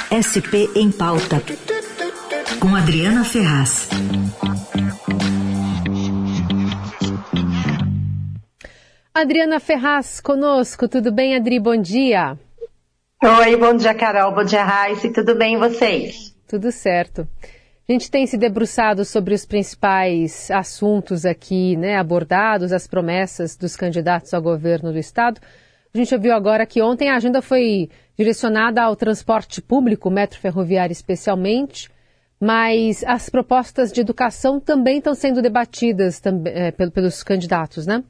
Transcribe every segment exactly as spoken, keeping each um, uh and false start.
S P em Pauta, com Adriana Ferraz. Adriana Ferraz conosco, tudo bem, Adri? Bom dia. Oi, bom dia, Carol, bom dia, Raíssa, tudo bem e vocês? Tudo certo. A gente tem se debruçado sobre os principais assuntos aqui, né, abordados, as promessas dos candidatos ao governo do Estado. A gente ouviu agora que ontem a agenda foi direcionada ao transporte público, metro ferroviário especialmente, mas as propostas de educação também estão sendo debatidas também, é, pelos candidatos, né?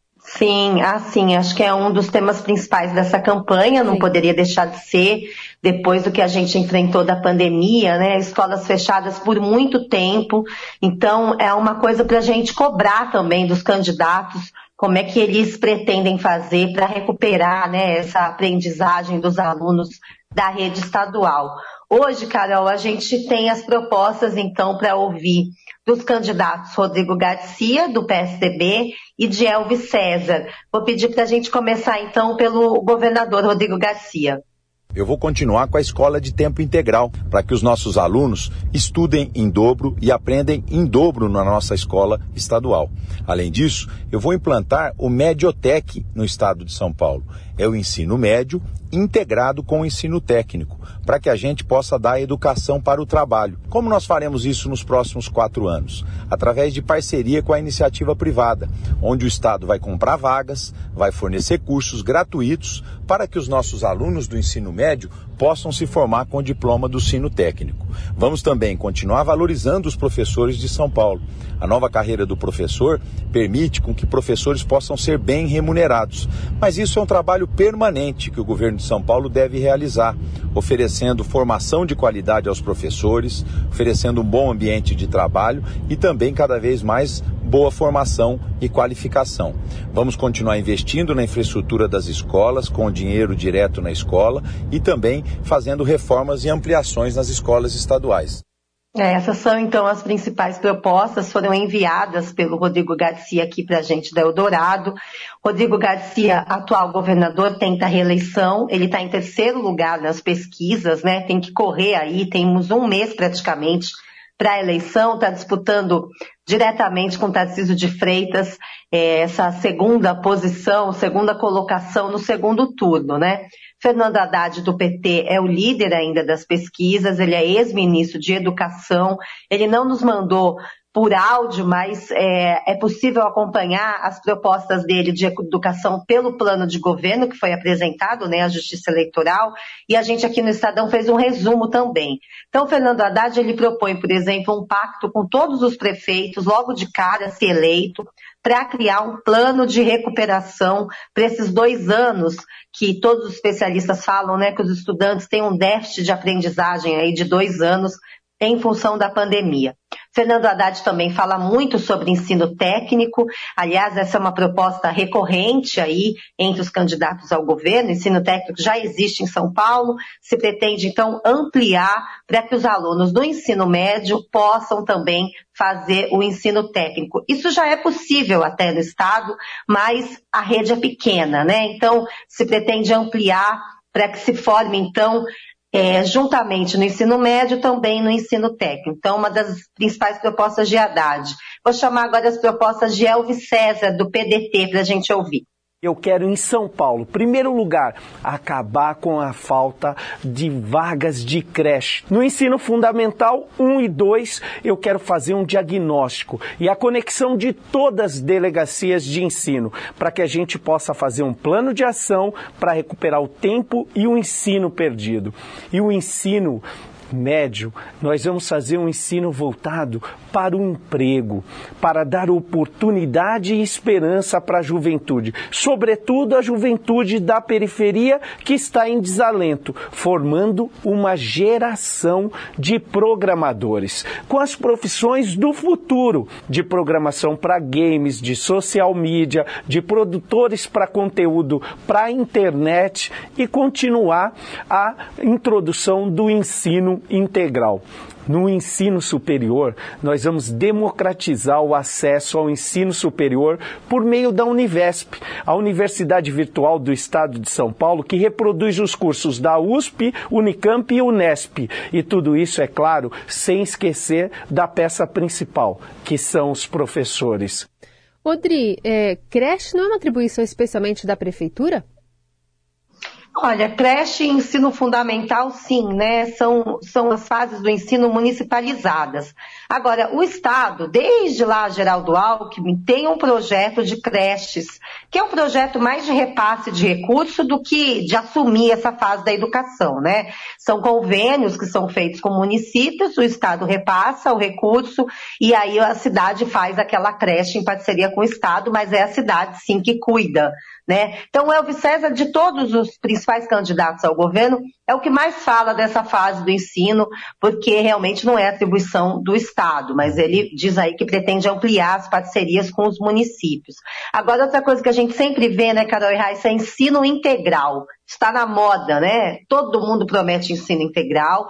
Sim, assim, acho que é um dos temas principais dessa campanha, não Sim. poderia deixar de ser, depois do que a gente enfrentou da pandemia, né, escolas fechadas por muito tempo, então é uma coisa para a gente cobrar também dos candidatos, como é que eles pretendem fazer para recuperar, né, essa aprendizagem dos alunos da rede estadual. Hoje, Carol, a gente tem as propostas, então, para ouvir dos candidatos Rodrigo Garcia, do P S D B, e de Elvis César. Vou pedir para a gente começar, então, pelo governador Rodrigo Garcia. Eu vou continuar com a escola de tempo integral, para que os nossos alunos estudem em dobro e aprendem em dobro na nossa escola estadual. Além disso, eu vou implantar o Mediotec no estado de São Paulo. É o ensino médio integrado com o ensino técnico, para que a gente possa dar educação para o trabalho. Como nós faremos isso nos próximos quatro anos? Através de parceria com a iniciativa privada, onde o Estado vai comprar vagas, vai fornecer cursos gratuitos para que os nossos alunos do ensino médio possam se formar com o diploma do ensino técnico. Vamos também continuar valorizando os professores de São Paulo. A nova carreira do professor permite com que professores possam ser bem remunerados, mas isso é um trabalho permanente que o governo de São Paulo deve realizar, oferecendo formação de qualidade aos professores, oferecendo um bom ambiente de trabalho e também cada vez mais boa formação e qualificação. Vamos continuar investindo na infraestrutura das escolas, com dinheiro direto na escola e também fazendo reformas e ampliações nas escolas estaduais. É, essas são, então, as principais propostas, foram enviadas pelo Rodrigo Garcia aqui para a gente da Eldorado. Rodrigo Garcia, atual governador, tenta a reeleição, ele está em terceiro lugar nas pesquisas, né? Tem que correr aí, temos um mês praticamente para a eleição, está disputando diretamente com Tarcísio de Freitas é, essa segunda posição, segunda colocação no segundo turno, né? Fernando Haddad, do P T, é o líder ainda das pesquisas, ele é ex-ministro de Educação, ele não nos mandou por áudio, mas é, é possível acompanhar as propostas dele de educação pelo plano de governo que foi apresentado, né, à Justiça Eleitoral, e a gente aqui no Estadão fez um resumo também. Então, Fernando Haddad, ele propõe, por exemplo, um pacto com todos os prefeitos, logo de cara, se eleito, para criar um plano de recuperação para esses dois anos que todos os especialistas falam, né, que os estudantes têm um déficit de aprendizagem aí de dois anos em função da pandemia. Fernando Haddad também fala muito sobre ensino técnico, aliás, essa é uma proposta recorrente aí entre os candidatos ao governo, ensino técnico já existe em São Paulo, se pretende então ampliar para que os alunos do ensino médio possam também fazer o ensino técnico. Isso já é possível até no estado, mas a rede é pequena, né? Então, se pretende ampliar para que se forme então É, juntamente no ensino médio, também no ensino técnico. Então, uma das principais propostas de Haddad. Vou chamar agora as propostas de Elvis César, do P D T, para a gente ouvir. Eu quero em São Paulo, primeiro lugar, acabar com a falta de vagas de creche. No ensino fundamental um e dois, eu quero fazer um diagnóstico e a conexão de todas as delegacias de ensino, para que a gente possa fazer um plano de ação para recuperar o tempo e o ensino perdido. E o ensino médio, nós vamos fazer um ensino voltado para o emprego, para dar oportunidade e esperança para a juventude, sobretudo a juventude da periferia que está em desalento, formando uma geração de programadores, com as profissões do futuro, de programação para games, de social media, de produtores para conteúdo para a internet e continuar a introdução do ensino ensino integral. No ensino superior, nós vamos democratizar o acesso ao ensino superior por meio da Univesp, a Universidade Virtual do Estado de São Paulo, que reproduz os cursos da U S P, Unicamp e Unesp. E tudo isso, é claro, sem esquecer da peça principal, que são os professores. Odri, é, creche não é uma atribuição especialmente da prefeitura? Olha, creche e ensino fundamental, sim, né? São, são as fases do ensino municipalizadas. Agora, o Estado, desde lá, Geraldo Alckmin, tem um projeto de creches, que é um projeto mais de repasse de recurso do que de assumir essa fase da educação, né? São convênios que são feitos com municípios, o Estado repassa o recurso e aí a cidade faz aquela creche em parceria com o Estado, mas é a cidade, sim, que cuida, né? Então, o Elvis César, de todos os principais candidatos ao governo, é o que mais fala dessa fase do ensino, porque realmente não é atribuição do Estado, mas ele diz aí que pretende ampliar as parcerias com os municípios. Agora, outra coisa que a gente sempre vê, né, Carol e Raíssa, é ensino integral. Está na moda, né? Todo mundo promete ensino integral.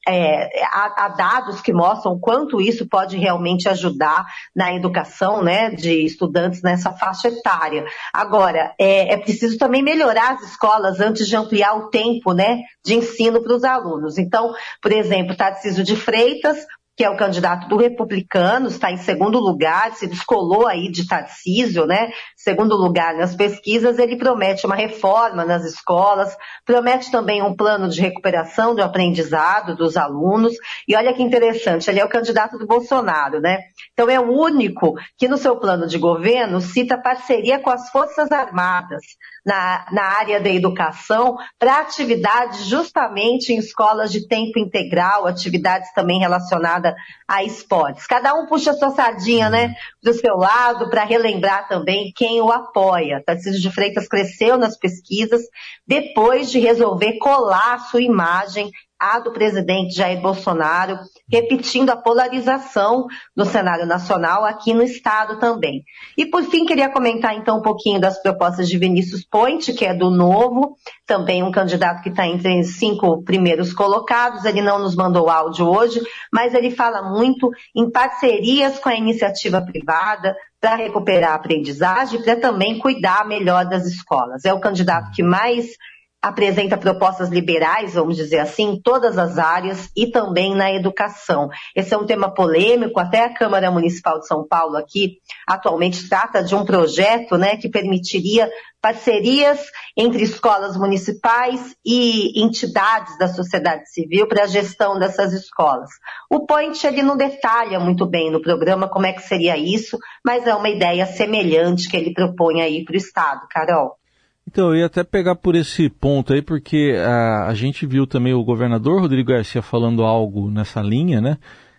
É, há, há dados que mostram quanto isso pode realmente ajudar na educação, né, de estudantes nessa faixa etária. Agora, é, é preciso também melhorar as escolas antes de ampliar o tempo, né, de ensino para os alunos. Então, por exemplo, Tarcísio de Freitas, que é o candidato do Republicanos, está em segundo lugar, se descolou aí de Tarcísio, né? Segundo lugar nas pesquisas, ele promete uma reforma nas escolas, promete também um plano de recuperação do aprendizado dos alunos, e olha que interessante, ele é o candidato do Bolsonaro, né? Então é o único que no seu plano de governo cita parceria com as Forças Armadas na, na área da educação para atividades justamente em escolas de tempo integral, atividades também relacionadas a esportes. Cada um puxa a sua sardinha, né, do seu lado, para relembrar também quem o apoia. Tarcísio de Freitas cresceu nas pesquisas depois de resolver colar a sua imagem a do presidente Jair Bolsonaro, repetindo a polarização no cenário nacional, aqui no estado também. E por fim, queria comentar então um pouquinho das propostas de Vinícius Poit, que é do Novo, também um candidato que está entre os cinco primeiros colocados. Ele não nos mandou áudio hoje, mas ele fala muito em parcerias com a iniciativa privada para recuperar a aprendizagem e para também cuidar melhor das escolas. É o candidato que mais apresenta propostas liberais, vamos dizer assim, em todas as áreas e também na educação. Esse é um tema polêmico, até a Câmara Municipal de São Paulo aqui atualmente trata de um projeto, né, que permitiria parcerias entre escolas municipais e entidades da sociedade civil para a gestão dessas escolas. O Poit, ele não detalha muito bem no programa como é que seria isso, mas é uma ideia semelhante que ele propõe aí para o Estado. Carol? Então, eu ia até pegar por esse ponto aí, porque a, a gente viu também o governador Rodrigo Garcia falando algo nessa linha, né?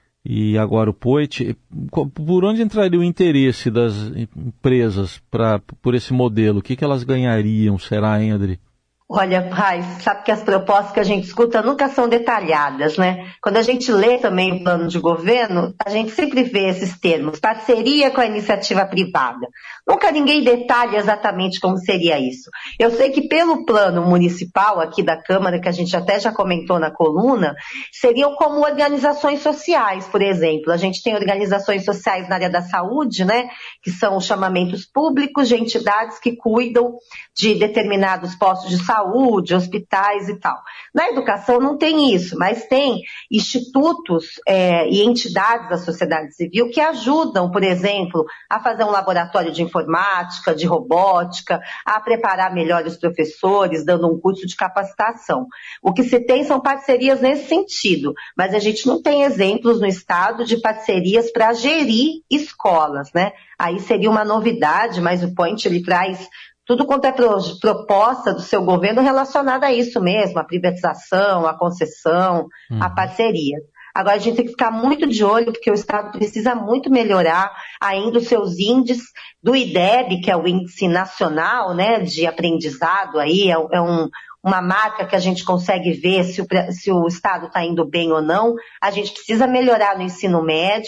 E agora o Poit. Por onde entraria o interesse das empresas pra, por esse modelo? O que, que elas ganhariam, será, hein, Adri? Olha, Raiz, sabe que as propostas que a gente escuta nunca são detalhadas, né? Quando a gente lê também o plano de governo, a gente sempre vê esses termos, parceria com a iniciativa privada. Nunca ninguém detalha exatamente como seria isso. Eu sei que pelo plano municipal aqui da Câmara, que a gente até já comentou na coluna, seriam como organizações sociais, por exemplo. A gente tem organizações sociais na área da saúde, né? Que são chamamentos públicos de entidades que cuidam de determinados postos de saúde, saúde, hospitais e tal. Na educação não tem isso, mas tem institutos é, e entidades da sociedade civil que ajudam, por exemplo, a fazer um laboratório de informática, de robótica, a preparar melhor os professores, dando um curso de capacitação. O que se tem são parcerias nesse sentido, mas a gente não tem exemplos no estado de parcerias para gerir escolas, né? Aí seria uma novidade, mas o Poit, ele traz tudo quanto é proposta do seu governo relacionada a isso mesmo, a privatização, a concessão, hum. a parceria. Agora a gente tem que ficar muito de olho, porque o Estado precisa muito melhorar ainda os seus índices do I D E B, que é o Índice Nacional, né, de Aprendizado, aí é, é um, uma marca que a gente consegue ver se o, se o Estado está indo bem ou não. A gente precisa melhorar no ensino médio.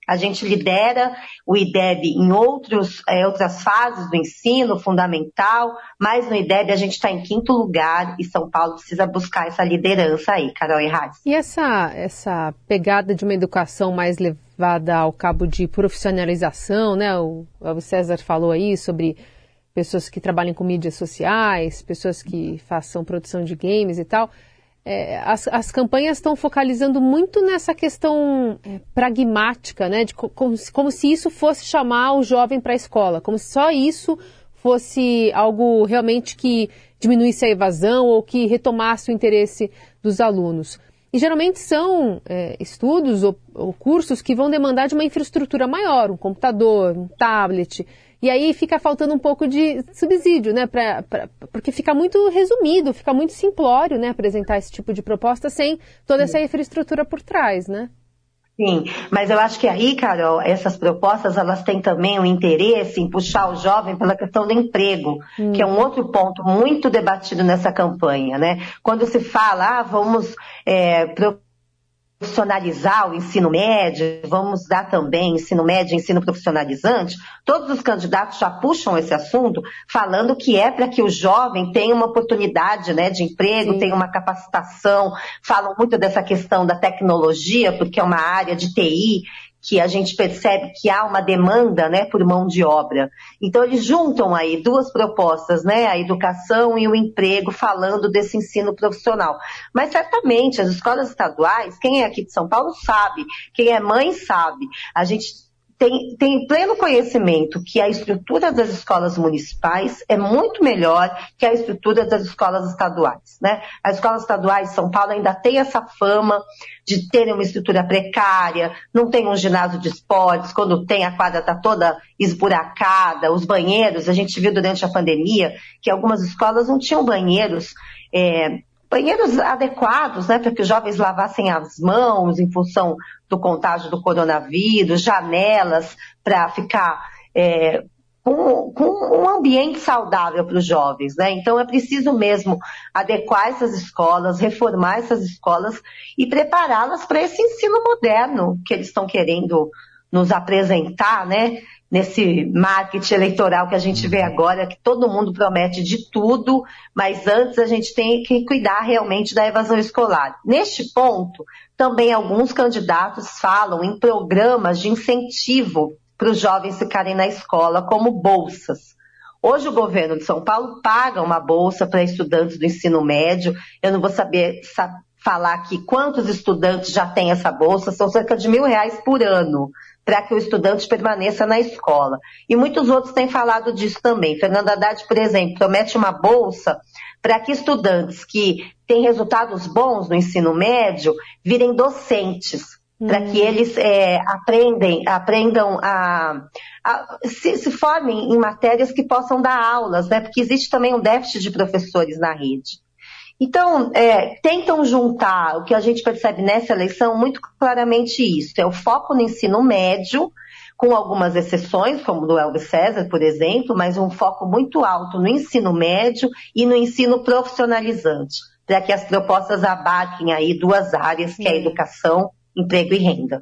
A gente lidera o I D E B em outros, é, outras fases do ensino fundamental, mas no I D E B a gente está em quinto lugar e São Paulo precisa buscar essa liderança aí, Carol e Raíssa. E essa, essa pegada de uma educação mais levada ao cabo de profissionalização, né? O, o César falou aí sobre pessoas que trabalhem com mídias sociais, pessoas que façam produção de games e tal. É, as, as campanhas estão focalizando muito nessa questão é, pragmática, né? De, como, como se isso fosse chamar o jovem para a escola, como se só isso fosse algo realmente que diminuísse a evasão ou que retomasse o interesse dos alunos. E geralmente são é, estudos ou, ou cursos que vão demandar de uma infraestrutura maior, um computador, um tablet. E aí fica faltando um pouco de subsídio, né? Pra, pra, porque fica muito resumido, fica muito simplório, né? Apresentar esse tipo de proposta sem toda essa infraestrutura por trás, né? Sim, mas eu acho que aí, Carol, essas propostas, elas têm também um interesse em puxar o jovem pela questão do emprego, hum. que é um outro ponto muito debatido nessa campanha, né? Quando se fala, ah, vamos é, profissionalizar o ensino médio, vamos dar também ensino médio e ensino profissionalizante, todos os candidatos já puxam esse assunto, falando que é para que o jovem tenha uma oportunidade, né, de emprego, Sim. tenha uma capacitação, falam muito dessa questão da tecnologia, porque é uma área de T I, que a gente percebe que há uma demanda, né, por mão de obra. Então, eles juntam aí duas propostas, né, a educação e o emprego, falando desse ensino profissional. Mas, certamente, as escolas estaduais, quem é aqui de São Paulo sabe, quem é mãe sabe, a gente tem, tem pleno conhecimento que a estrutura das escolas municipais é muito melhor que a estrutura das escolas estaduais, né? As escolas estaduais de São Paulo ainda têm essa fama de terem uma estrutura precária, não tem um ginásio de esportes, quando tem a quadra está toda esburacada, os banheiros, a gente viu durante a pandemia que algumas escolas não tinham banheiros, é, banheiros adequados, né, para que os jovens lavassem as mãos em função do contágio do coronavírus, janelas para ficar é, com, com um ambiente saudável para os jovens, né? Então é preciso mesmo adequar essas escolas, reformar essas escolas e prepará-las para esse ensino moderno que eles estão querendo nos apresentar, né? Nesse marketing eleitoral que a gente vê agora, que todo mundo promete de tudo, mas antes a gente tem que cuidar realmente da evasão escolar. Neste ponto, também alguns candidatos falam em programas de incentivo para os jovens ficarem na escola, como bolsas. Hoje o governo de São Paulo paga uma bolsa para estudantes do ensino médio, eu não vou saber saber falar aqui quantos estudantes já têm essa bolsa, são cerca de mil reais por ano, para que o estudante permaneça na escola. E muitos outros têm falado disso também. Fernando Haddad, por exemplo, promete uma bolsa para que estudantes que têm resultados bons no ensino médio virem docentes, hum. para que eles é, aprendem, aprendam a, a se, se formem em matérias que possam dar aulas, né? Porque existe também um déficit de professores na rede. Então, é, tentam juntar o que a gente percebe nessa eleição muito claramente isso, é o foco no ensino médio, com algumas exceções, como do Elvis César, por exemplo, mas um foco muito alto no ensino médio e no ensino profissionalizante, para que as propostas abarquem aí duas áreas, que é a educação, emprego e renda.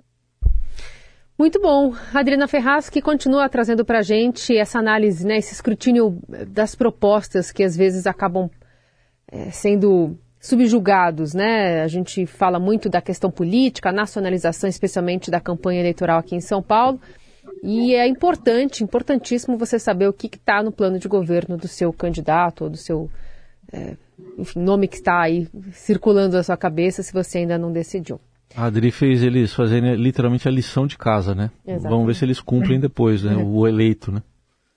Muito bom. Adriana Ferraz, que continua trazendo para a gente essa análise, né, esse escrutínio das propostas que às vezes acabam É, sendo subjugados, né? A gente fala muito da questão política, a nacionalização, especialmente da campanha eleitoral aqui em São Paulo, e é importante, importantíssimo você saber o que está no plano de governo do seu candidato, ou do seu é, enfim, nome que está aí circulando na sua cabeça, se você ainda não decidiu. A Adri fez eles fazerem literalmente a lição de casa, né? Exatamente. Vamos ver se eles cumprem depois, né? O eleito, né?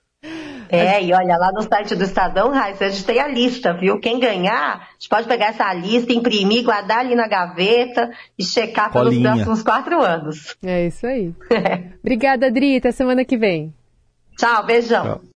É, e olha, lá no site do Estadão, Raíssa, a gente tem a lista, viu? Quem ganhar, a gente pode pegar essa lista, imprimir, guardar ali na gaveta e checar pelos Colinha. próximos quatro anos. É isso aí. Obrigada, Adri. Até semana que vem. Tchau, beijão. Tchau.